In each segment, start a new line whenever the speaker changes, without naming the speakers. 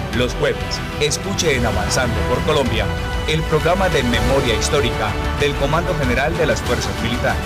Los jueves, escuche en Avanzando por Colombia el programa de memoria histórica del Comando General de las Fuerzas Militares.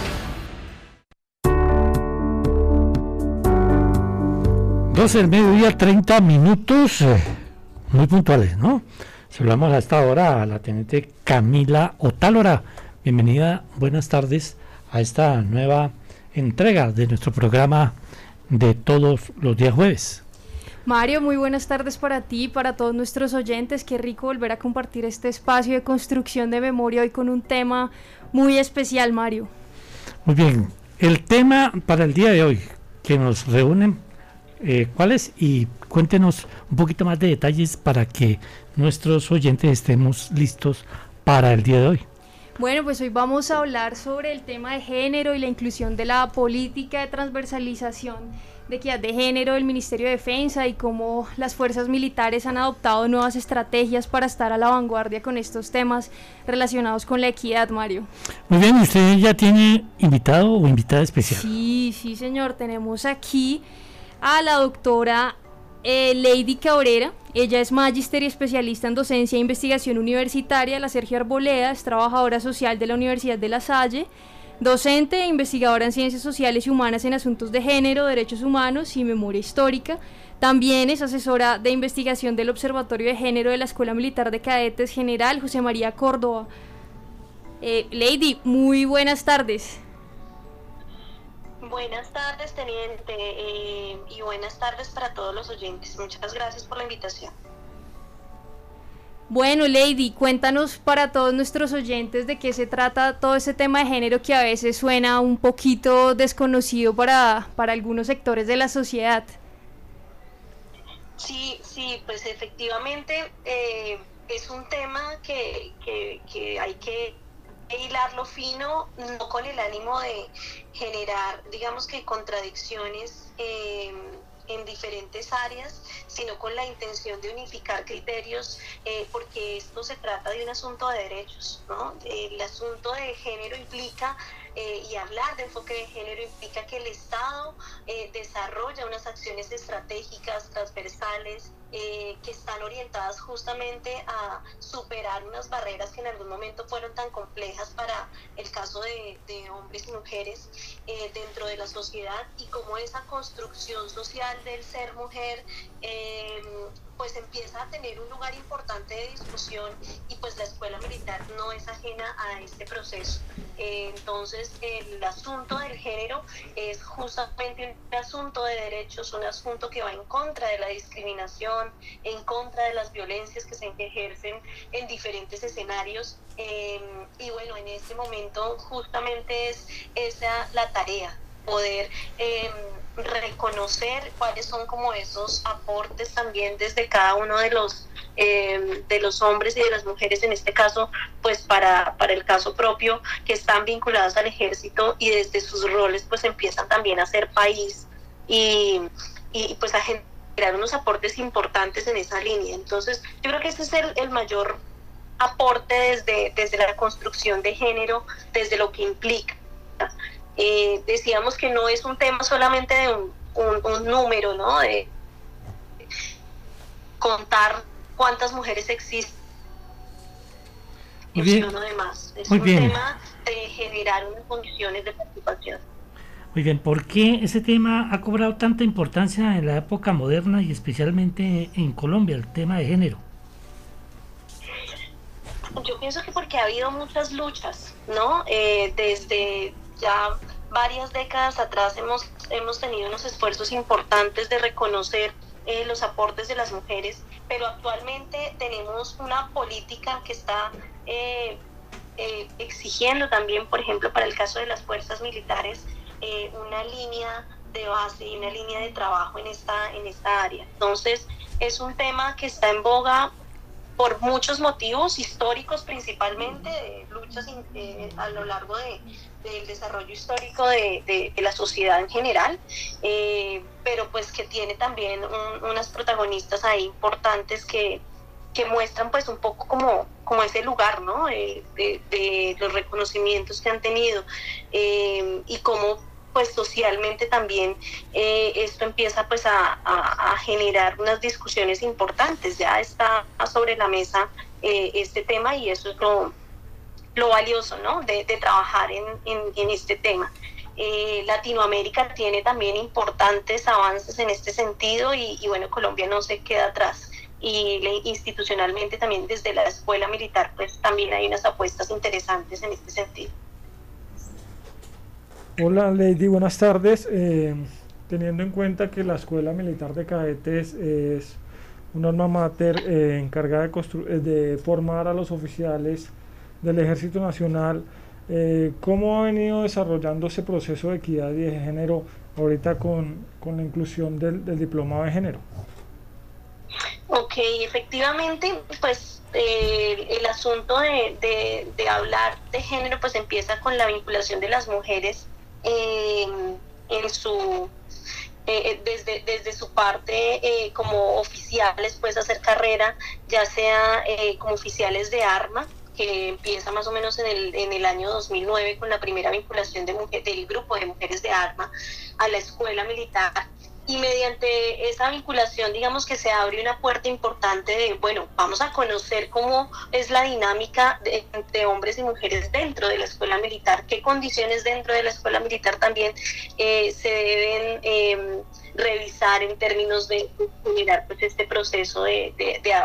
12 del mediodía, 30 minutos, muy puntuales, ¿no? Saludamos a esta hora a la teniente Camila Otálora. Bienvenida, buenas tardes a esta nueva entrega de nuestro programa de todos los días jueves.
Mario, muy buenas tardes para ti y para todos nuestros oyentes. Qué rico volver a compartir este espacio de construcción de memoria hoy con un tema muy especial, Mario.
Muy bien, el tema para el día de hoy que nos reúne, ¿cuál es? Y cuéntenos un poquito más de detalles para que nuestros oyentes estemos listos para el día de hoy.
Bueno, pues hoy vamos a hablar sobre el tema de género y la inclusión de la política de transversalización de equidad de género del Ministerio de Defensa y cómo las fuerzas militares han adoptado nuevas estrategias para estar a la vanguardia con estos temas relacionados con la equidad, Mario.
Muy bien, ¿usted ya tiene invitado o invitada especial?
Sí, señor, tenemos aquí a la doctora Lady Cabrera. Ella es magíster y especialista en docencia e investigación universitaria de la Sergio Arboleda, es trabajadora social de la Universidad de La Salle, docente e investigadora en ciencias sociales y humanas en asuntos de género, derechos humanos y memoria histórica. También es asesora de investigación del Observatorio de Género de la Escuela Militar de Cadetes General José María Córdoba. Lady, muy buenas tardes.
Buenas tardes, teniente, y buenas tardes para todos los oyentes. Muchas gracias por la invitación.
Bueno, Lady, cuéntanos para todos nuestros oyentes de qué se trata todo este tema de género que a veces suena un poquito desconocido para algunos sectores de la sociedad.
Sí, pues efectivamente es un tema que hay que hilarlo fino, no con el ánimo de generar, digamos que contradicciones en diferentes áreas, sino con la intención de unificar criterios, porque esto se trata de un asunto de derechos, ¿no? El asunto de género implica, y hablar de enfoque de género implica que el Estado desarrolla unas acciones estratégicas transversales que están orientadas justamente a superar unas barreras que en algún momento fueron tan complejas para el caso de hombres y mujeres dentro de la sociedad, y como esa construcción social del ser mujer pues empieza a tener un lugar importante de discusión, y pues la escuela militar no es ajena a este proceso. Entonces el asunto del género es justamente un asunto de derechos, un asunto que va en contra de la discriminación, en contra de las violencias que se ejercen en diferentes escenarios, y bueno, en este momento justamente es esa la tarea, poder reconocer cuáles son como esos aportes también desde cada uno de los hombres y de las mujeres, en este caso pues para el caso propio, que están vinculadas al ejército y desde sus roles pues empiezan también a ser país y pues a generar unos aportes importantes en esa línea. Entonces yo creo que ese es el mayor aporte desde la construcción de género, desde lo que implica. Decíamos que no es un tema solamente de un número, ¿no? De contar cuántas mujeres existen.
Muy bien.
Es
Muy
un
bien.
tema de generar unas condiciones de participación.
Muy bien, ¿por qué ese tema ha cobrado tanta importancia en la época moderna y especialmente en Colombia, el tema de género?
Yo pienso que porque ha habido muchas luchas, ¿no? Desde ya varias décadas atrás hemos tenido unos esfuerzos importantes de reconocer los aportes de las mujeres, pero actualmente tenemos una política que está exigiendo también, por ejemplo, para el caso de las fuerzas militares, una línea de base y una línea de trabajo en esta área. Entonces, es un tema que está en boga por muchos motivos históricos, principalmente de luchas a lo largo del desarrollo histórico de la sociedad en general, pero pues que tiene también unas protagonistas ahí importantes que muestran pues un poco como ese lugar, ¿no? De los reconocimientos que han tenido, y cómo pues socialmente también esto empieza pues a generar unas discusiones importantes. Ya está sobre la mesa este tema, y eso es lo valioso, ¿no? de trabajar en este tema. Latinoamérica tiene también importantes avances en este sentido, y bueno, Colombia no se queda atrás. Y institucionalmente también desde la escuela militar pues también hay unas apuestas interesantes en este sentido.
Hola Lady, buenas tardes. Teniendo en cuenta que la Escuela Militar de Cadetes es una alma mater encargada de formar a los oficiales del Ejército Nacional, ¿cómo ha venido desarrollando ese proceso de equidad y de género ahorita con la inclusión del diplomado de género?
Ok, efectivamente, pues el asunto de hablar de género pues empieza con la vinculación de las mujeres en su desde su parte como oficiales, pues hacer carrera, ya sea como oficiales de arma, que empieza más o menos en el año 2009 con la primera vinculación del grupo de mujeres de arma a la escuela militar. Y mediante esa vinculación, digamos que se abre una puerta importante de, bueno, vamos a conocer cómo es la dinámica entre hombres y mujeres dentro de la escuela militar, qué condiciones dentro de la escuela militar también se deben revisar en términos de mirar pues este proceso de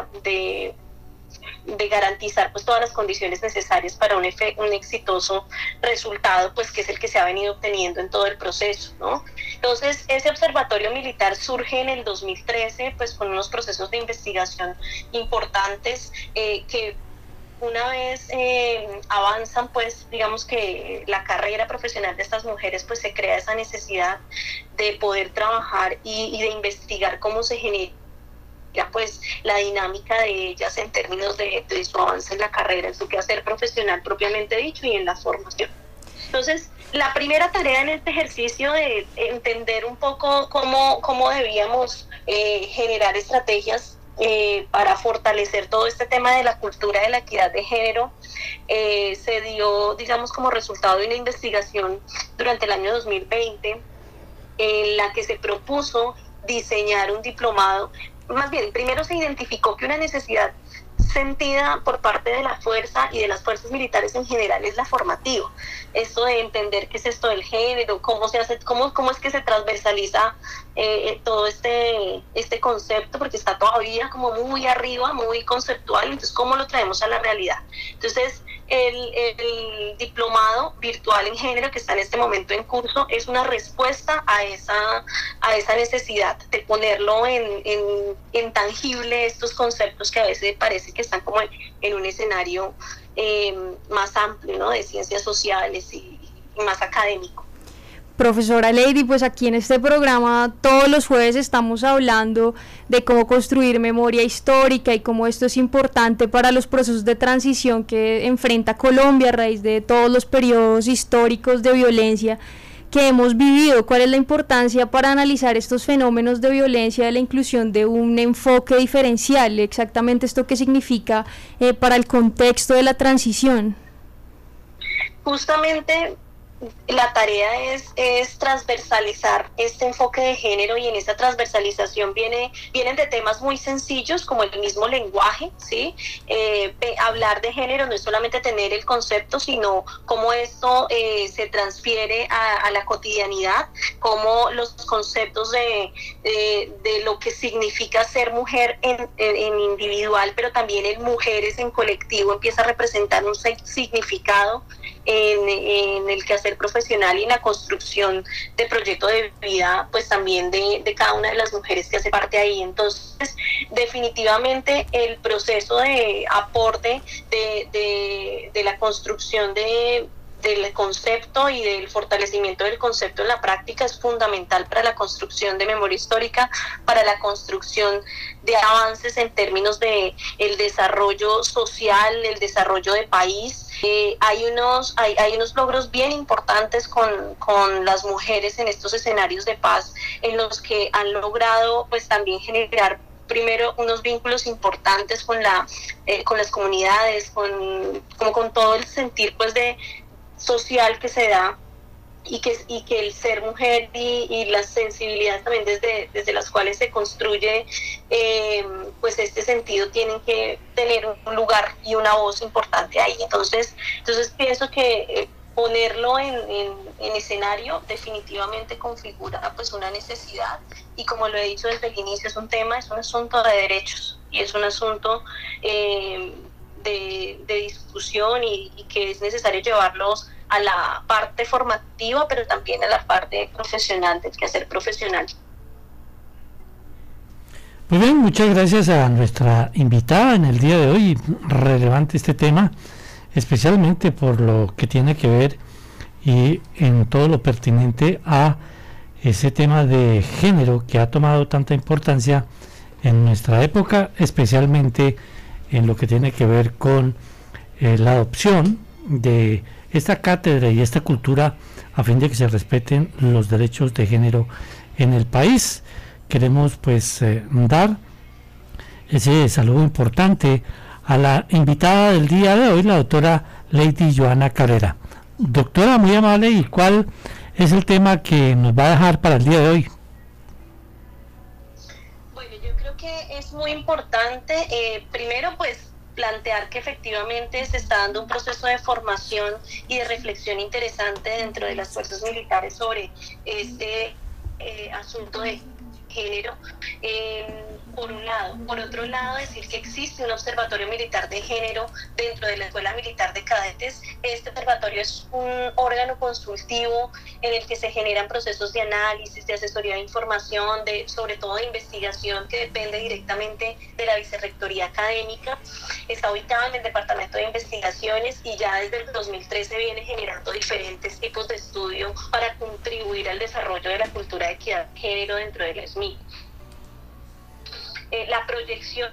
garantizar pues todas las condiciones necesarias para un exitoso resultado, pues que es el que se ha venido obteniendo en todo el proceso, ¿no? Entonces ese observatorio militar surge en el 2013 pues con unos procesos de investigación importantes que una vez avanzan, pues digamos que la carrera profesional de estas mujeres, pues se crea esa necesidad de poder trabajar y de investigar cómo se genera pues la dinámica de ellas en términos de su avance en la carrera, en su quehacer profesional propiamente dicho y en la formación. Entonces, la primera tarea en este ejercicio de entender un poco cómo debíamos generar estrategias para fortalecer todo este tema de la cultura de la equidad de género, se dio, digamos, como resultado de una investigación durante el año 2020 en la que se propuso diseñar un diplomado. Más bien, primero se identificó que una necesidad sentida por parte de la fuerza y de las fuerzas militares en general es la formativa. Esto de entender qué es esto del género, cómo se hace, cómo es que se transversaliza todo este concepto, porque está todavía como muy arriba, muy conceptual. Entonces, ¿cómo lo traemos a la realidad? Entonces, el diplomado virtual en género que está en este momento en curso es una respuesta a esa necesidad de ponerlo en tangible estos conceptos que a veces parece que están como en un escenario más amplio, ¿no? De ciencias sociales y más académico.
Profesora Lady, pues aquí en este programa todos los jueves estamos hablando de cómo construir memoria histórica y cómo esto es importante para los procesos de transición que enfrenta Colombia a raíz de todos los periodos históricos de violencia que hemos vivido. ¿Cuál es la importancia para analizar estos fenómenos de violencia, de la inclusión de un enfoque diferencial? Exactamente esto qué significa para el contexto de la transición.
Justamente la tarea es transversalizar este enfoque de género, y en esa transversalización vienen de temas muy sencillos como el mismo lenguaje, ¿sí? Hablar de género no es solamente tener el concepto, sino cómo esto se transfiere a la cotidianidad, cómo los conceptos de lo que significa ser mujer en individual, pero también en mujeres en colectivo, empieza a representar un significado en el quehacer profesional y en la construcción de proyecto de vida, pues también de cada una de las mujeres que hace parte ahí. Entonces, definitivamente el proceso de aporte de la construcción del concepto y del fortalecimiento del concepto en la práctica es fundamental para la construcción de memoria histórica, para la construcción de avances en términos de el desarrollo social, el desarrollo de país. Hay unos logros bien importantes con las mujeres en estos escenarios de paz, en los que han logrado pues también generar primero unos vínculos importantes con las comunidades, con todo el sentir pues de social que se da y que el ser mujer y las sensibilidades también desde las cuales se construye pues este sentido tienen que tener un lugar y una voz importante ahí. Entonces pienso que ponerlo en escenario definitivamente configura pues una necesidad, y como lo he dicho desde el inicio, es un asunto de derechos y es un asunto de discusión y que es necesario llevarlos a la parte formativa, pero también a la parte profesional, del quehacer profesional.
Muy bien, muchas gracias a nuestra invitada en el día de hoy. Relevante este tema, especialmente por lo que tiene que ver y en todo lo pertinente a ese tema de género que ha tomado tanta importancia en nuestra época, especialmente en lo que tiene que ver con la adopción de esta cátedra y esta cultura a fin de que se respeten los derechos de género en el país. Queremos pues dar ese saludo importante a la invitada del día de hoy, la doctora Lady Joana Cabrera. Doctora, muy amable, ¿y cuál es el tema que nos va a dejar para el día de hoy?
Bueno, yo creo que es muy importante, primero pues plantear que efectivamente se está dando un proceso de formación y de reflexión interesante dentro de las fuerzas militares sobre este asunto de género, por un lado. Por otro lado, decir que existe un observatorio militar de género dentro de la Escuela Militar de Cadetes. Este observatorio es un órgano consultivo en el que se generan procesos de análisis, de asesoría de información, sobre todo de investigación, que depende directamente de la Vicerrectoría Académica. Está ubicado en el Departamento de Investigaciones y ya desde el 2013 viene generando diferentes tipos de estudio para contribuir al desarrollo de la cultura de equidad de género dentro de la SMIC. La proyección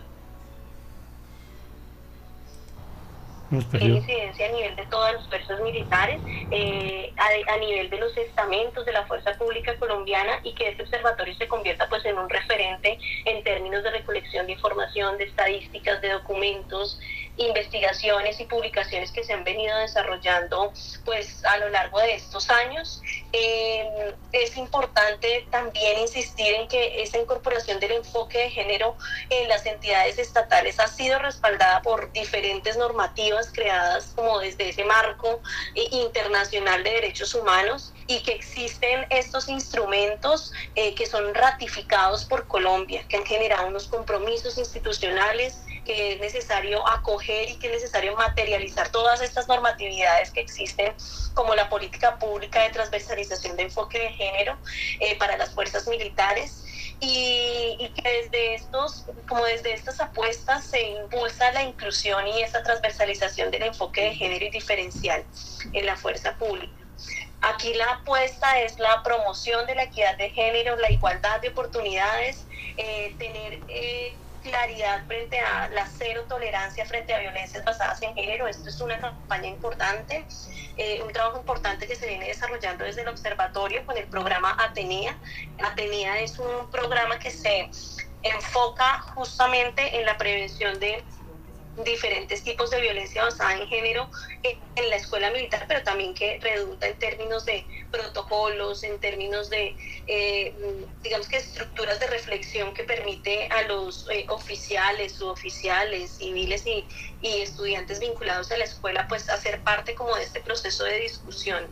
de incidencia a nivel de todas las fuerzas militares, a nivel de los estamentos de la fuerza pública colombiana, y que este observatorio se convierta pues en un referente en términos de recolección de información, de estadísticas, de documentos, investigaciones y publicaciones que se han venido desarrollando pues a lo largo de estos años. Es importante también insistir en que esa incorporación del enfoque de género en las entidades estatales ha sido respaldada por diferentes normativas creadas como desde ese marco internacional de derechos humanos, y que existen estos instrumentos que son ratificados por Colombia, que han generado unos compromisos institucionales, que es necesario acoger y que es necesario materializar todas estas normatividades que existen, como la política pública de transversalización de enfoque de género para las fuerzas militares, y que desde estas apuestas se impulsa la inclusión y esa transversalización del enfoque de género y diferencial en la fuerza pública. Aquí la apuesta es la promoción de la equidad de género, la igualdad de oportunidades, tener claridad frente a la cero tolerancia frente a violencias basadas en género. Esto es una campaña importante, un trabajo importante que se viene desarrollando desde el observatorio con el programa Atenea. Atenea es un programa que se enfoca justamente en la prevención de diferentes tipos de violencia basada en género en la escuela militar, pero también que redunda en términos de protocolos, en términos de digamos que estructuras de reflexión que permite a los oficiales, suboficiales, civiles y estudiantes vinculados a la escuela pues hacer parte como de este proceso de discusión.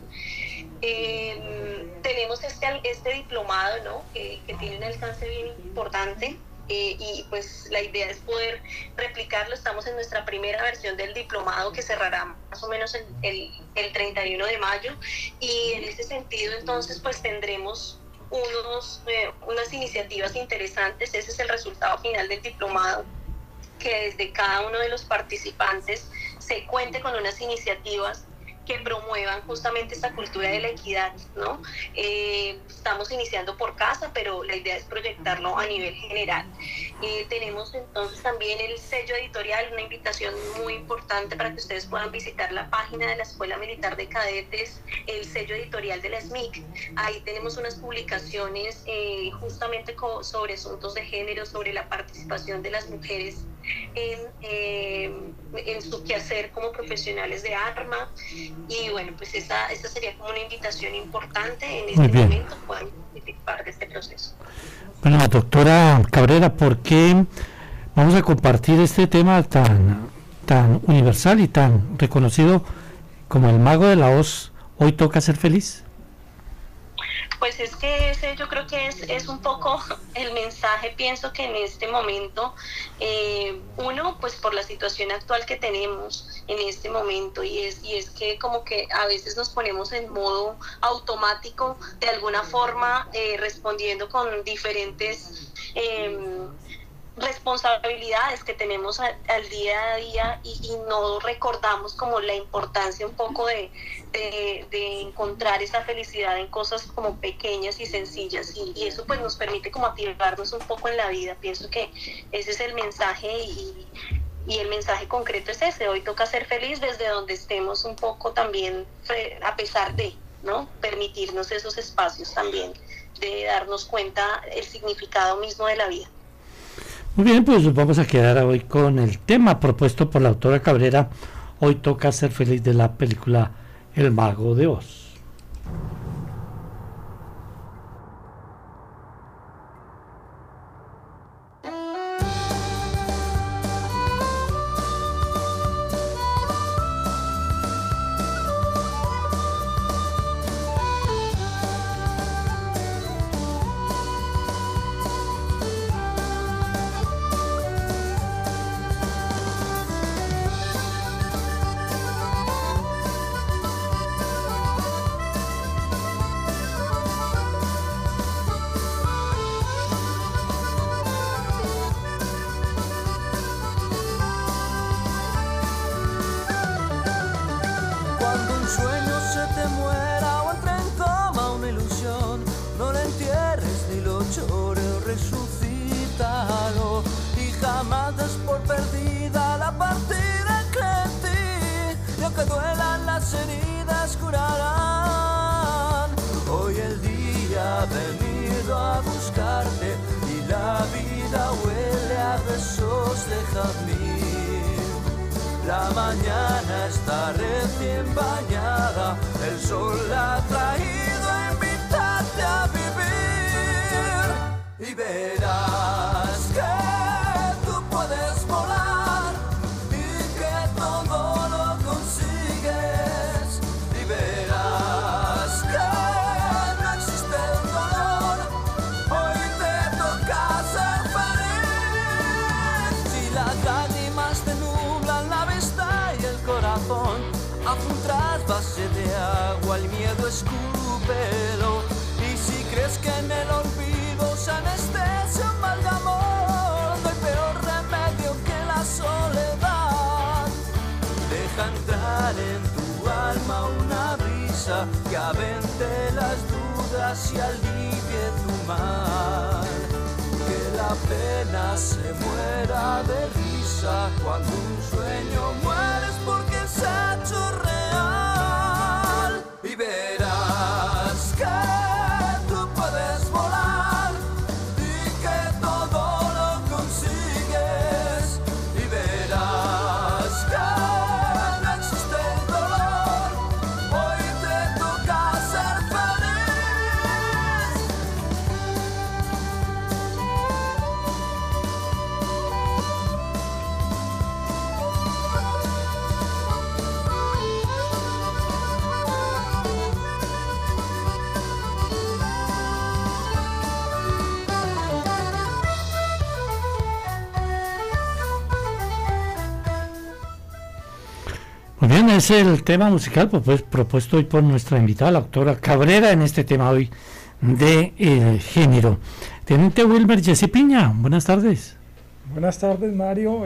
Tenemos este diplomado, ¿no? que tiene un alcance bien importante. Y pues la idea es poder replicarlo. Estamos en nuestra primera versión del diplomado, que cerrará más o menos el 31 de mayo, y en ese sentido entonces pues tendremos unas iniciativas interesantes. Ese es el resultado final del diplomado, que desde cada uno de los participantes se cuente con unas iniciativas que promuevan justamente esta cultura de la equidad, ¿no? Estamos iniciando por casa, pero la idea es proyectarlo a nivel general. Tenemos entonces también el sello editorial, una invitación muy importante para que ustedes puedan visitar la página de la Escuela Militar de Cadetes, el sello editorial de la SMIC. Ahí tenemos unas publicaciones justamente sobre asuntos de género, sobre la participación de las mujeres en su quehacer como profesionales de arma. Y bueno, pues esa sería como una invitación importante en este momento, puedan participar de este proceso.
Bueno, doctora Cabrera, ¿por qué vamos a compartir este tema tan universal y tan reconocido como el mago de la Oz? Hoy toca ser feliz.
Pues es que ese yo creo que es un poco el mensaje, pienso que en este momento, uno, pues por la situación actual que tenemos en este momento, y es que como que a veces nos ponemos en modo automático, de alguna forma, respondiendo con diferentes responsabilidades que tenemos al día a día, y no recordamos como la importancia un poco de encontrar esa felicidad en cosas como pequeñas y sencillas, y eso pues nos permite como activarnos un poco en la vida. Pienso que ese es el mensaje, y el mensaje concreto es ese: hoy toca ser feliz desde donde estemos, un poco también, a pesar de, ¿no?, permitirnos esos espacios también de darnos cuenta el significado mismo de la vida.
Muy bien, pues vamos a quedar hoy con el tema propuesto por la autora Cabrera. Hoy toca ser feliz, de la película El Mago de Oz.
La mañana está recién bañada, el sol la ha traído a invitarte a vivir, y verás que tú puedes volar y que todo lo consigues, y verás que no existe el dolor, hoy te toca ser feliz. Si las lágrimas te nublan la vista y el corazón, haz un trasvase de agua, el miedo escúpelo, y si crees que en el olvido se anestesia un mal de amor, no hay peor remedio que la soledad. Deja entrar en tu alma una brisa que avente las dudas y alivie tu mal, que la pena se muera de risa cuando un sueño mueres porque se ha hecho real, y verás que tú puedes volar y que todo lo consigues, y verás que no existe el dolor, hoy te toca ser feliz.
Muy bien, es el tema musical pues, propuesto hoy por nuestra invitada, la doctora Cabrera, en este tema hoy de género. Teniente Wilmer Jessy Piña, buenas tardes.
Buenas tardes, Mario.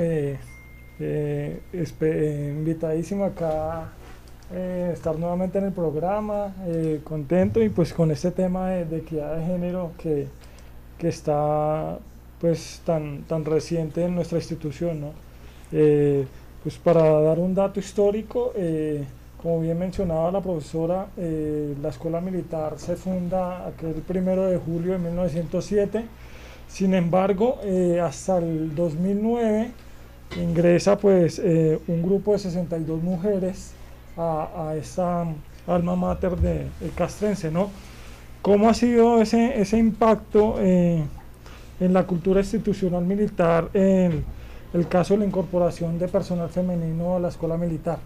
Invitadísimo acá, estar nuevamente en el programa, contento, y pues con este tema de equidad de género que está pues tan reciente en nuestra institución, ¿no? Pues para dar un dato histórico, como bien mencionaba la profesora, la Escuela Militar se funda aquel 1 de julio de 1907. Sin embargo, hasta el 2009 ingresa pues un grupo de 62 mujeres a esa alma mater de castrense, ¿no? ¿Cómo ha sido ese impacto en la cultura institucional militar en el caso de la incorporación de personal femenino a la escuela militar?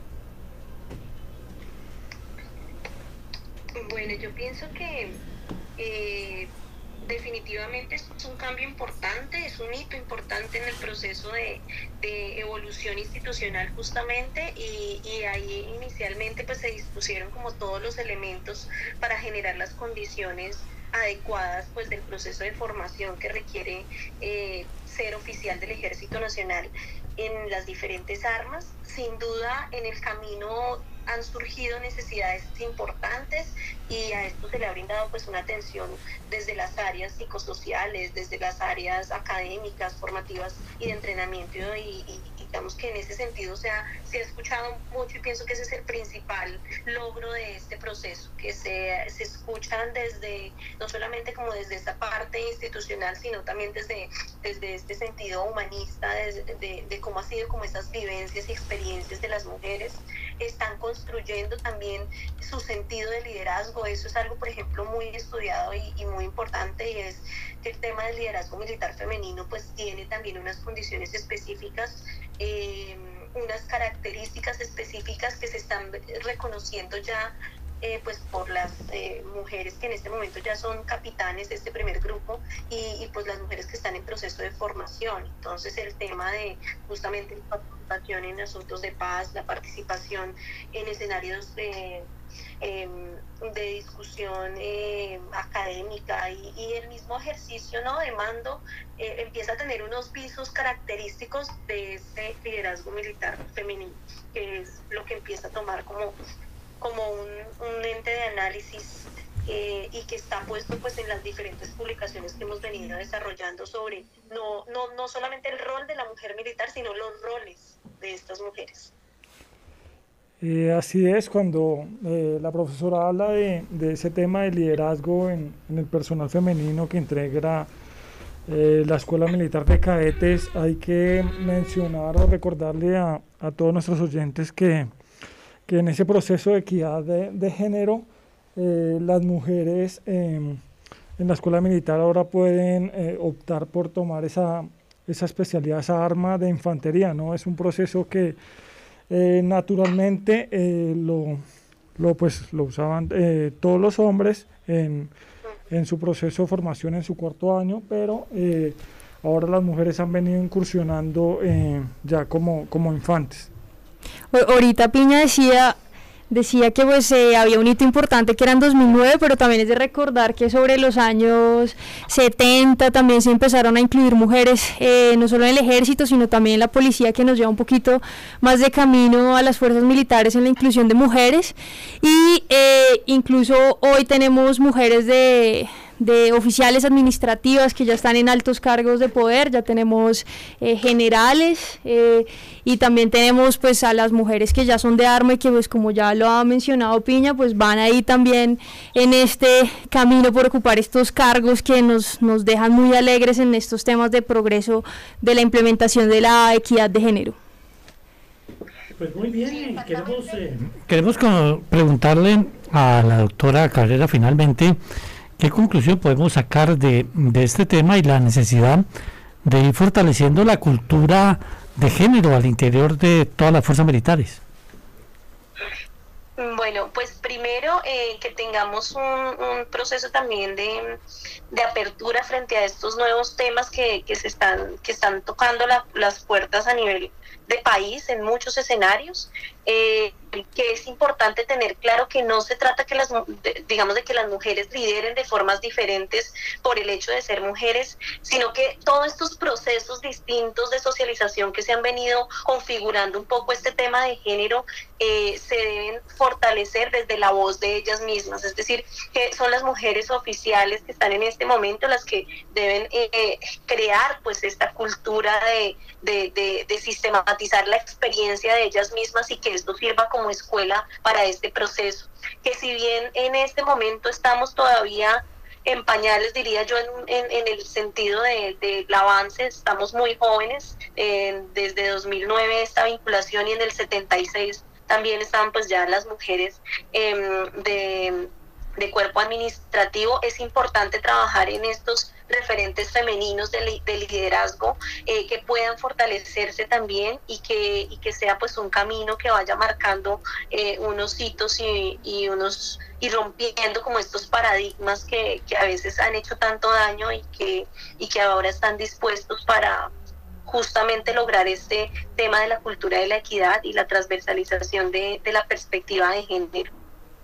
Bueno, yo pienso que definitivamente es un cambio importante, es un hito importante en el proceso de evolución institucional justamente, y ahí inicialmente pues se dispusieron como todos los elementos para generar las condiciones adecuadas pues del proceso de formación que requiere ser oficial del Ejército Nacional en las diferentes armas. Sin duda en el camino han surgido necesidades importantes y a esto se le ha brindado pues una atención desde las áreas psicosociales, desde las áreas académicas, formativas y de entrenamiento, y digamos que en ese sentido se ha escuchado mucho, y pienso que ese es el principal logro de este proceso, que se escuchan desde, no solamente como desde esta parte institucional, sino también desde este sentido humanista, de cómo ha sido como esas vivencias y experiencias de las mujeres, están construyendo también su sentido de liderazgo. Eso es algo, por ejemplo, muy estudiado y muy importante, y es que el tema del liderazgo militar femenino pues tiene también unas condiciones específicas, unas características específicas que se están reconociendo ya pues por las mujeres que en este momento ya son capitanes de este primer grupo, y pues las mujeres que están en proceso de formación. Entonces el tema de justamente la participación en asuntos de paz, la participación en escenarios de discusión académica y el mismo ejercicio, ¿no?, de mando, empieza a tener unos visos característicos de este liderazgo militar femenino, que es lo que empieza a tomar como un ente de análisis y que está puesto pues en las diferentes publicaciones que hemos venido desarrollando sobre no solamente el rol de la mujer militar, sino los roles de estas mujeres.
Así es, cuando la profesora habla de ese tema de liderazgo en el personal femenino que integra la Escuela Militar de Cadetes, hay que mencionar o recordarle a todos nuestros oyentes que en ese proceso de equidad de género, las mujeres en la escuela militar ahora pueden optar por tomar esa especialidad, esa arma de infantería, ¿no? Es un proceso que naturalmente lo usaban todos los hombres en su proceso de formación en su cuarto año, pero ahora las mujeres han venido incursionando ya como infantes.
Ahorita Piña decía que pues había un hito importante que era en 2009, pero también es de recordar que sobre los años 70 también se empezaron a incluir mujeres, no solo en el ejército, sino también en la policía, que nos lleva un poquito más de camino a las fuerzas militares en la inclusión de mujeres, y incluso hoy tenemos mujeres de oficiales administrativas que ya están en altos cargos de poder, ya tenemos generales, y también tenemos pues a las mujeres que ya son de arma y que pues como ya lo ha mencionado Piña, pues van ahí también en este camino por ocupar estos cargos que nos dejan muy alegres en estos temas de progreso de la implementación de la equidad de género.
Pues muy bien, queremos preguntarle a la doctora Cabrera finalmente ¿qué conclusión podemos sacar de este tema y la necesidad de ir fortaleciendo la cultura de género al interior de todas las fuerzas militares?
Bueno, pues primero que tengamos un proceso también de apertura frente a estos nuevos temas que están tocando las puertas a nivel de país en muchos escenarios, que es importante tener claro que no se trata que de que las mujeres lideren de formas diferentes por el hecho de ser mujeres, sino que todos estos procesos distintos de socialización que se han venido configurando un poco este tema de género se deben fortalecer desde la voz de ellas mismas, es decir, que son las mujeres oficiales que están en este momento las que deben crear pues esta cultura de sistematizar la experiencia de ellas mismas y que esto sirva como escuela para este proceso, que si bien en este momento estamos todavía en pañales, diría yo, en el sentido del avance. Estamos muy jóvenes, desde 2009 esta vinculación, y en el 76 también estaban pues ya las mujeres de cuerpo administrativo. Es importante trabajar en estos referentes femeninos de liderazgo, que puedan fortalecerse también, y que sea pues un camino que vaya marcando unos hitos y rompiendo como estos paradigmas que a veces han hecho tanto daño, y que ahora están dispuestos para justamente lograr este tema de la cultura de la equidad y la transversalización de la perspectiva de género.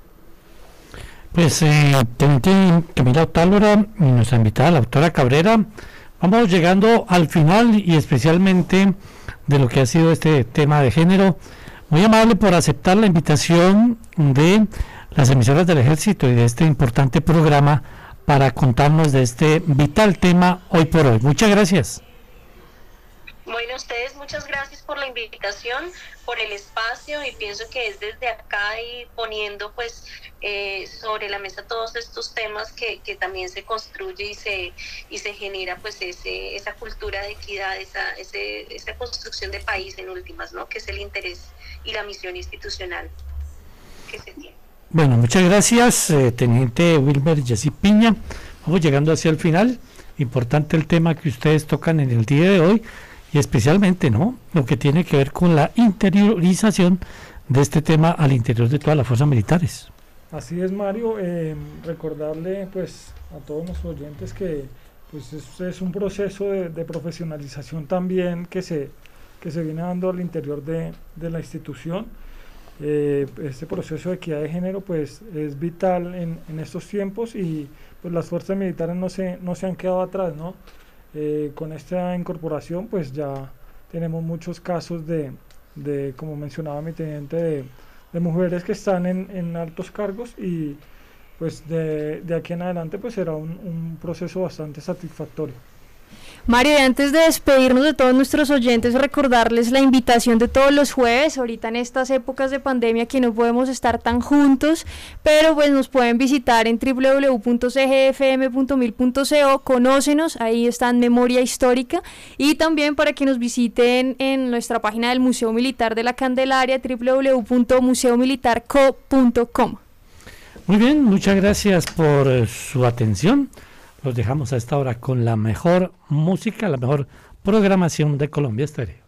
Pues, teniente Camila Otálora y nuestra invitada, la doctora Cabrera, vamos llegando al final, y especialmente de lo que ha sido este tema de género. Muy amable por aceptar la invitación de las emisoras del Ejército y de este importante programa para contarnos de este vital tema hoy por hoy. Muchas gracias.
Bueno, ustedes, muchas gracias por la invitación, por el espacio, y pienso que es desde acá y poniendo pues sobre la mesa todos estos temas que también se construye y se genera pues esa cultura de equidad, esa construcción de país en últimas, ¿no? Que es el interés y la misión institucional que se tiene.
Bueno, muchas gracias, teniente Wilmer Yessi Piña. Vamos llegando hacia el final. Importante el tema que ustedes tocan en el día de hoy, y especialmente, ¿no?, lo que tiene que ver con la interiorización de este tema al interior de todas las fuerzas militares.
Así es, Mario. Recordarle pues a todos nuestros oyentes que pues es un proceso de profesionalización también que se viene dando al interior de la institución. Este proceso de equidad de género pues es vital en estos tiempos, y pues las fuerzas militares no se han quedado atrás, ¿no? Con esta incorporación pues ya tenemos muchos casos de como mencionaba mi teniente, de mujeres que están en altos cargos, y pues de aquí en adelante pues será un proceso bastante satisfactorio.
Mario, y antes de despedirnos de todos nuestros oyentes, recordarles la invitación de todos los jueves, ahorita en estas épocas de pandemia que no podemos estar tan juntos, pero pues nos pueden visitar en www.cgfm.mil.co, conócenos, ahí está en Memoria Histórica, y también para que nos visiten en nuestra página del Museo Militar de la Candelaria, www.museomilitarco.com.
Muy bien, muchas gracias por su atención. Los dejamos a esta hora con la mejor música, la mejor programación de Colombia Estéreo.